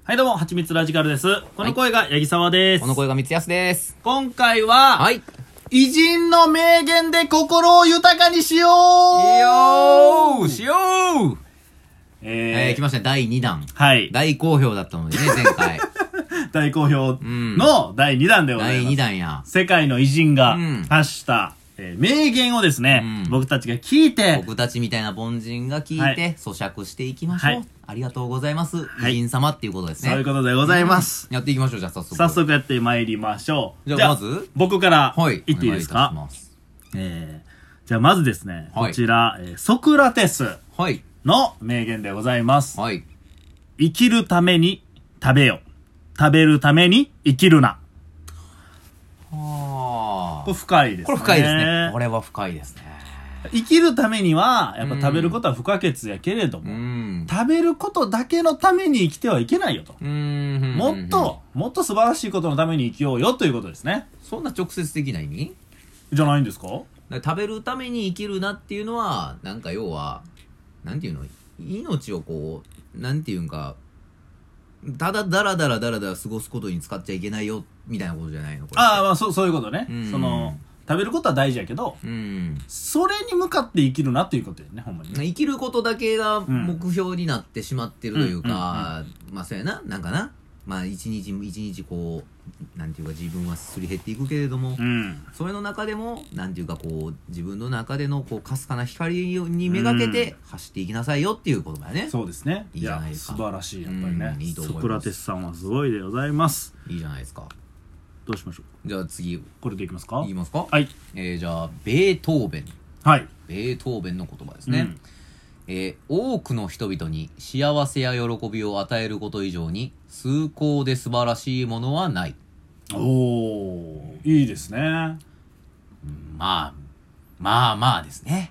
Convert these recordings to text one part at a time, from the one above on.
はいどうも、はちみつラジカルです。この声が八木沢です。 この声が三安です。 今回は、 はい。 偉人の名言で心を豊かにしようしよう来ましたね、第2弾。 はい。 大好評だったのでね、前回。 大好評の第2弾でございます。 第2弾や。 世界の偉人が発した、名言をですね、僕たちが聞いて、 僕たちみたいな凡人が聞いて、咀嚼していきましょう。はい、ありがとうございます。偉人様っていうことですね。 そういうことでございます。 やっていきましょう、じゃあ早速。 早速やってまいりましょう。 じゃあまず僕から言っていいですか？ お願いいたします。 じゃあまずですね、こちら、ソクラテスの名言でございます。 はい。 生きるために食べよ。食べるために生きるな。これ深いですね。 これ深いですね。これは深いですね。 生きるためには、やっぱ食べることは不可欠やけれども、食べることだけのために生きてはいけないよと。もっと素晴らしいことのために生きようよということですね。 そんな直接的な意味じゃないんですか？ 食べるために生きるなっていうのは、なんか要は、なんていうの、命をこう、なんていうんか、ただだらだら過ごすことに使っちゃいけないよみたいなことじゃないの？これああ、まあそういうことね。食べることは大事やけど、それに向かって生きるなっていうことやね、ほんまにね。 生きることだけが目標になってしまってるというか、まあそうやな、なんかな。まあ一日一日こう、なんていうか自分はすり減っていくけれども、それの中でも、なんていうかこう、自分の中でのこう、かすかな光にめがけて走っていきなさいよっていうことだよね。 そうですね。 いいじゃないですか。 素晴らしい、やっぱりね。 いいと思います。 ソクラテスさんはすごいでございます。 いいじゃないですか。 どうしましょう。 じゃあ次。 これでいきますか？ いきますか？ はい。 じゃあ、ベートーベン。 はい。 ベートーベンの言葉ですね。多くの人々に幸せや喜びを与えること以上に崇高で素晴らしいものはない。 おー、いいですね。 まあですね。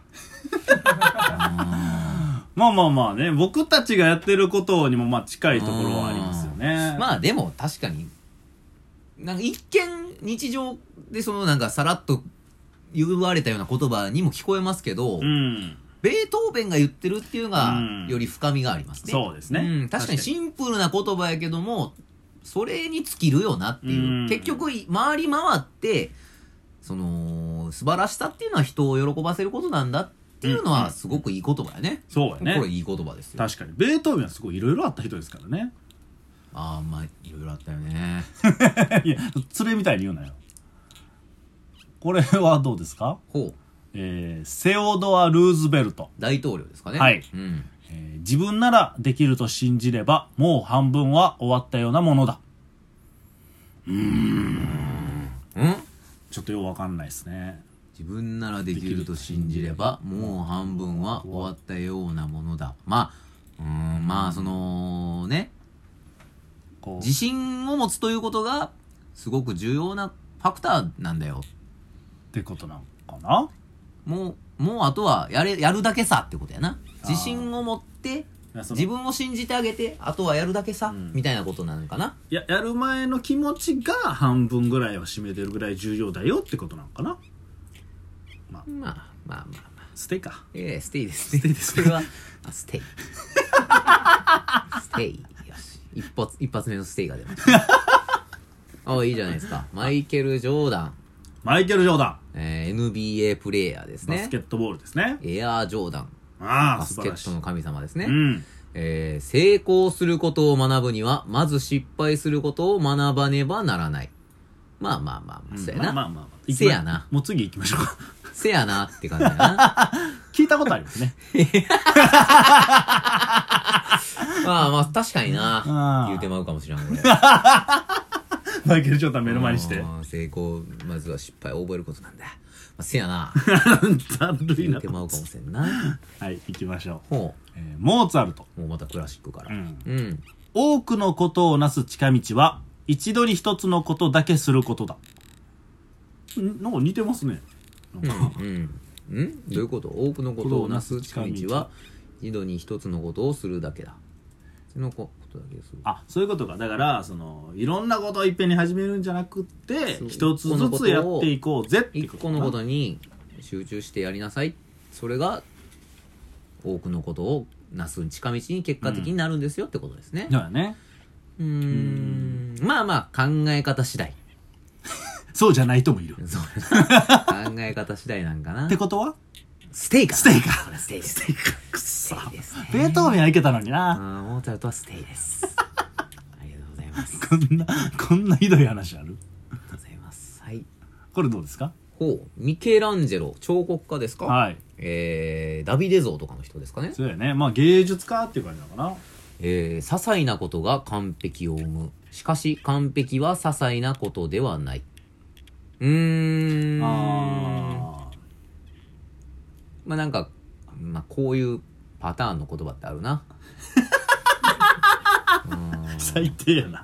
まあね、僕たちがやってることにもまあ近いところはありますよね。 まあでも確かに、なんか一見日常でそのなんかさらっと言われたような言葉にも聞こえますけど、ベートーベンが言ってるっていうのがより深みがありますね。 そうですね。 確かにシンプルな言葉やけども、それに尽きるよなっていう。結局、回り回って、その、素晴らしさっていうのは人を喜ばせることなんだっていうのはすごくいい言葉やね。 そうやね。 これいい言葉ですよ。 確かに。ベートーベンはすごいいろいろあった人ですからね。 まあ、いろいろあったよね。 いや、連れみたいに言うなよ。これはどうですか？ ほう。 セオドア・ルーズベルト。 大統領ですかね。 はい。自分ならできると信じれば、もう半分は終わったようなものだ。ちょっとよくわかんないですね。 自分ならできると信じれば、もう半分は終わったようなものだ。まあ、その、ね。自信を持つということが、すごく重要なファクターなんだよ。 ってことなのかな？ もうあとはやるだけさってことやな。自信を持って自分を信じてあげて、あとはやるだけさ、みたいなことなのかな。 やる前の気持ちが半分ぐらいを占めてるぐらい重要だよってことなのかな。 まあステイか。 ステイですね。それはステイステイ。よし、一発目のステイが出ましたいいじゃないですか。マイケル・ジョーダン、NBA プレイヤーですね。 バスケットボールですね。 エアー・ジョーダン、バスケットの神様ですね。成功することを学ぶにはまず失敗することを学ばねばならない。まあせやな。せやな。 もう次行きましょうか。 せやなって感じだな。 聞いたことありますね。 まあ確かにな。言うてまうかもしれんこれ。 マイケル・ジョーダン目の前にして成功まずは失敗を覚えることなんだ。せやな。 だるいな。 言うてまうかもしれんな。 はい、行きましょう。 ほう。 モーツァルト。 もうまたクラシックから。 多くのことをなす近道は一度に一つのことだけすることだ。なんか似てますね。 どういうこと？多くのことをなす近道は一度に一つのことをするだけだ。そのことだけする。 そういうことか。だからいろんなことをいっぺんに始めるんじゃなくって一つずつやっていこうぜっていうこと。 一個のことに集中してやりなさい。それが多くのことをなす近道に結果的になるんですよってことですね。 だよね。 まあまあ、考え方次第。 そうじゃない人もいる。 そう考え方次第なんかな。 ってことはステイか。 ステイか。 ステイです。 ステイか。くっそ。 ステイですね。 ベートーベンはいけたのにな。 モーツァルトはステイです。ありがとうございます。 こんなひどい話ある？ ありがとうございます。はい。 これどうですか？ ほう。ミケランジェロ、彫刻家ですか？ はい。 ダビデ像とかの人ですかね？ そうやね。まあ芸術家っていう感じなのかな。 些細なことが完璧を生む。しかし完璧は些細なことではない。まあなんか、まあこういうパターンの言葉ってあるな。 最低やな。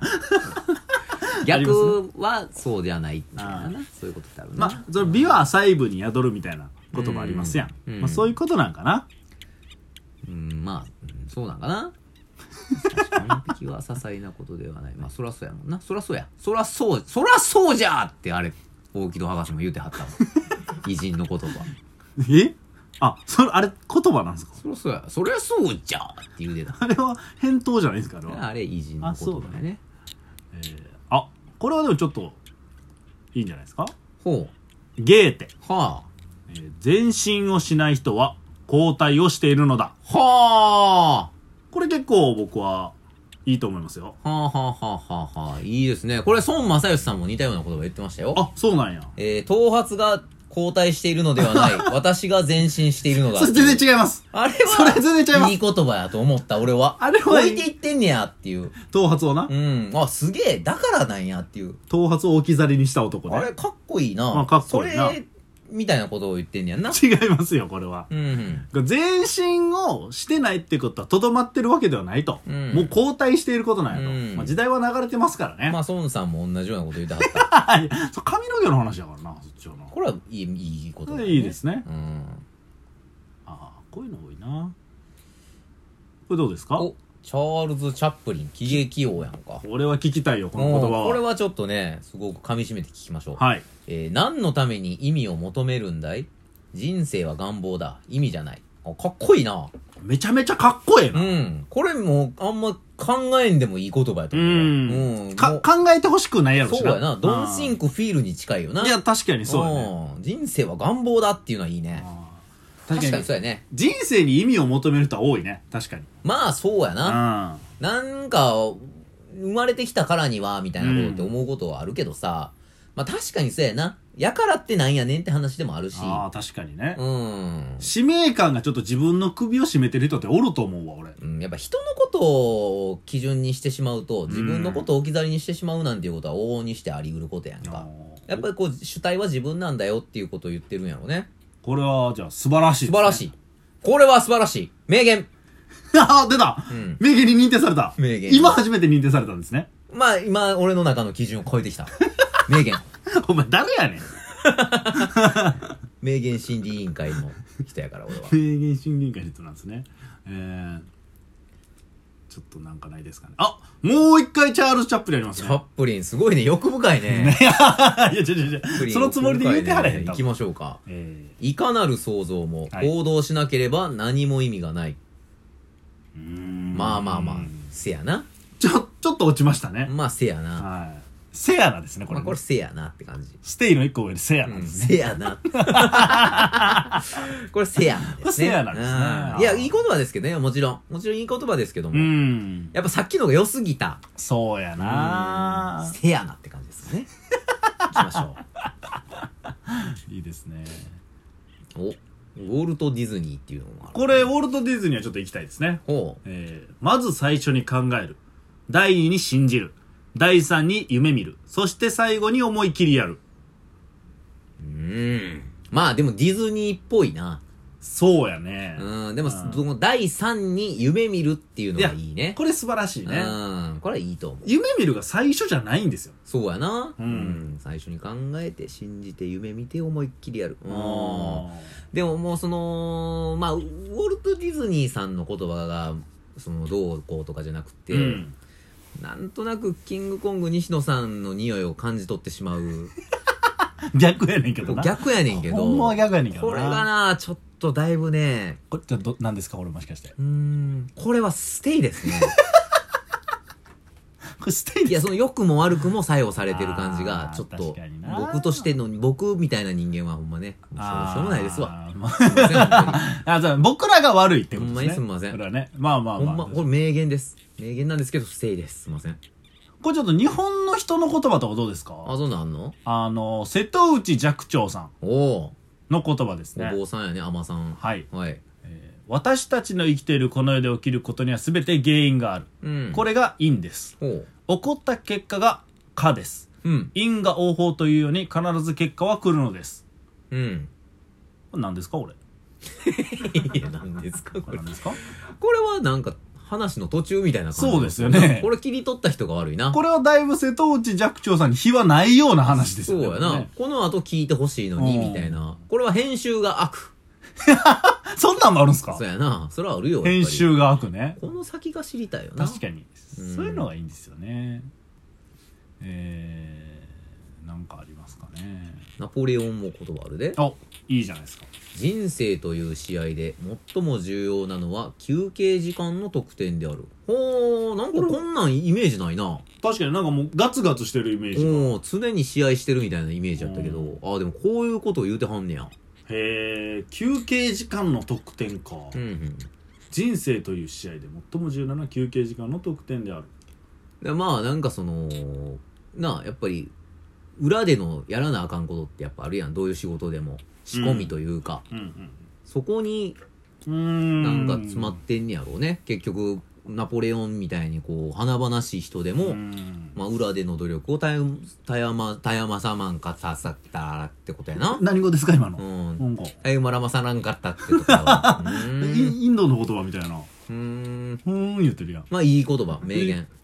逆はそうじゃないみたいなな。そういうことってあるな。 まあ、その美は細部に宿るみたいな言葉ありますやん。まあそういうことなんかな。 まあ、そうなんかな。完璧は些細なことではない。まあそらそうやもんな。そらそうや。そらそうじゃーってあれ、大木戸博士も言うてはったわ。偉人の言葉。 あ、あれ言葉なんですか？ そりゃそうじゃーって言うてた。 あれは返答じゃないですか？ あれ偉人の言葉やね。 これはでもちょっといいんじゃないですか？ ほう。ゲーテ。 はあ。 前進をしない人は後退をしているのだ。 はあ。 これ結構僕はいいと思いますよ。 はあはあはあはあはあ。いいですね。これ孫正義さんも似たような言葉言ってましたよ。 あ、そうなんや。 頭髪が後退しているのではない。私が前進しているのだ。 それ全然違います。 あれは、 それ全然違います。 いい言葉やと思った、俺は。 あれは置いていってんねやっていう。 頭髪をな。 あ、すげえ、だからなんやっていう。 頭髪を置き去りにした男ね。 あれ、かっこいいな。 かっこいいな。 それ、みたいなことを言ってんねやんな。 違いますよ、これは。前進をしてないってことは、とどまってるわけではないと。もう後退していることなんやと。まあ時代は流れてますからね。 まあ、孫さんも同じようなこと言ってはった。 そう、髪の毛の話だからな、そっちの。 これはいいことだね。 いいですね。こういうの多いな。これどうですか？ チャールズ・チャップリン、喜劇王やんか。 これは聞きたいよ、この言葉は。 これはちょっとね、すごく噛み締めて聞きましょう。 はい。 何のために意味を求めるんだい？人生は願望だ。意味じゃない。かっこいいな。 めちゃめちゃかっこええな。 これもあんま考えんでもいい言葉やと思う。 考えてほしくないやろしな。 そうやな。Don't think feel に近いよな。 いや、確かにそうやね。 人生は願望だっていうのはいいね。確かにそうやね。 人生に意味を求める人は多いね。確かに。 まあ、そうやな。なんか、生まれてきたからには、みたいなことって思うことはあるけどさ、まあ確かにそうやな。やからってなんやねんって話でもあるし。 確かにね。使命感がちょっと自分の首を絞めてる人っておると思うわ、俺。 やっぱ人のことを基準にしてしまうと、自分のことを置き去りにしてしまうなんていうことは往々にしてあり得ることやんか。やっぱりこう、主体は自分なんだよっていうことを言ってるんやろね。 これは、じゃあ素晴らしいですね。 素晴らしい。これは素晴らしい。名言。 出た、名言に認定された。 名言。 今初めて認定されたんですね。 まあ、今、俺の中の基準を超えてきた。名言。 お前誰やねん。 名言審理委員会の人やから、俺は。 名言審理委員会の人なんですね。ちょっとなんかないですかね。もう一回チャールズ・チャップリンありますね。 チャップリン、すごいね。欲深いね。 いや、そのつもりで言ってはれへん。 行きましょうか。いかなる想像も行動しなければ何も意味がない。まあまあまあ、せやな。 ちょっと落ちましたね。 まあ、せやな。 はい。せやなですね、これ。 まあ、これせやなって感じ。 ステイの一個上でせやなですね。 せやな。これせやなですね。 せやなですね。 いや、いい言葉ですけどね、もちろん。もちろんいい言葉ですけども。やっぱさっきのが良すぎた。 そうやな。 せやなって感じですかね。行きましょう。いいですね。 ウォルト・ディズニーっていうのもある。 これ、ウォルト・ディズニーはちょっと行きたいですね。まず最初に考える。第2に信じる。第3に夢見る。そして最後に思い切りやる。 まあでもディズニーっぽいな。 そうやね。 でも、その第3に夢見るっていうのがいいね。 これ素晴らしいね。 これはいいと思う。 夢見るが最初じゃないんですよ。 そうやな。最初に考えて、信じて、夢見て、思いっきりやる。でももうその、まあ、ウォルト・ディズニーさんの言葉が、その、どうこうとかじゃなくて、なんとなくキングコング西野さんの匂いを感じ取ってしまう。 逆やねんけどな。 逆やねんけど。 ほんまは逆やねんけどな。 これがな、ちょっとだいぶね。 これって何ですか、これもしかして。 これはステイですね。 これステイです。 いや、その良くも悪くも作用されてる感じが、ちょっと、僕としての、僕みたいな人間はほんまね、しょうもないですわ。すいません。僕らが悪いってことですね。 ほんまにすみません。 これはね。まあまあまあ。 ほんま、これ名言です。名言なんですけど、不正です。すいません。 これちょっと日本の人の言葉とかどうですか？ あ、そうなんの？ 瀬戸内寂聴さんの言葉ですね。 お坊さんやね、海女さん。 はい。 はい。 私たちの生きているこの世で起きることには全て原因がある。うん、これが因です。起こった結果が果です。うん、因が応報というように必ず結果は来るのです。うん。これ何ですかこれ？ いや、何ですかこれ？ 何ですか？ これはなんか話の途中みたいな感じ。 そうですよね。 これ切り取った人が悪いな。 これはだいぶ瀬戸内寂聴さんに非はないような話ですよね。 そうやな。ね、この後聞いてほしいのに、みたいな。これは編集が悪。 そんなんもあるんすか？ そうやな。それはあるよ。 編集が悪ね。 この先が知りたいよな。 確かに。そういうのがいいんですよね。なんかありますかね。 ナポレオンも言葉あるで。 あ、いいじゃないですか。 人生という試合で最も重要なのは休憩時間の得点である。ほー、なんかこんなんイメージないな。 確かになんかもうガツガツしてるイメージが。常に試合してるみたいなイメージだったけど、あ、でもこういうことを言うてはんねや。 へー、休憩時間の得点か。うんうん、人生という試合で最も重要なのは休憩時間の得点である。 でまあなんかそのやっぱり裏でのやらなあかんことってやっぱあるやん。どういう仕事でも仕込みというか、うんうんうん、そこになんか詰まってんねやろうね。結局ナポレオンみたいにこう華々しい人でも、まあ、裏での努力をたやまさまんかささったらってことやな。 何語ですか今の？ たゆまらまさらんかったってことやわ。 インドの言葉みたいな。言ってるやん。 まあいい言葉、名言。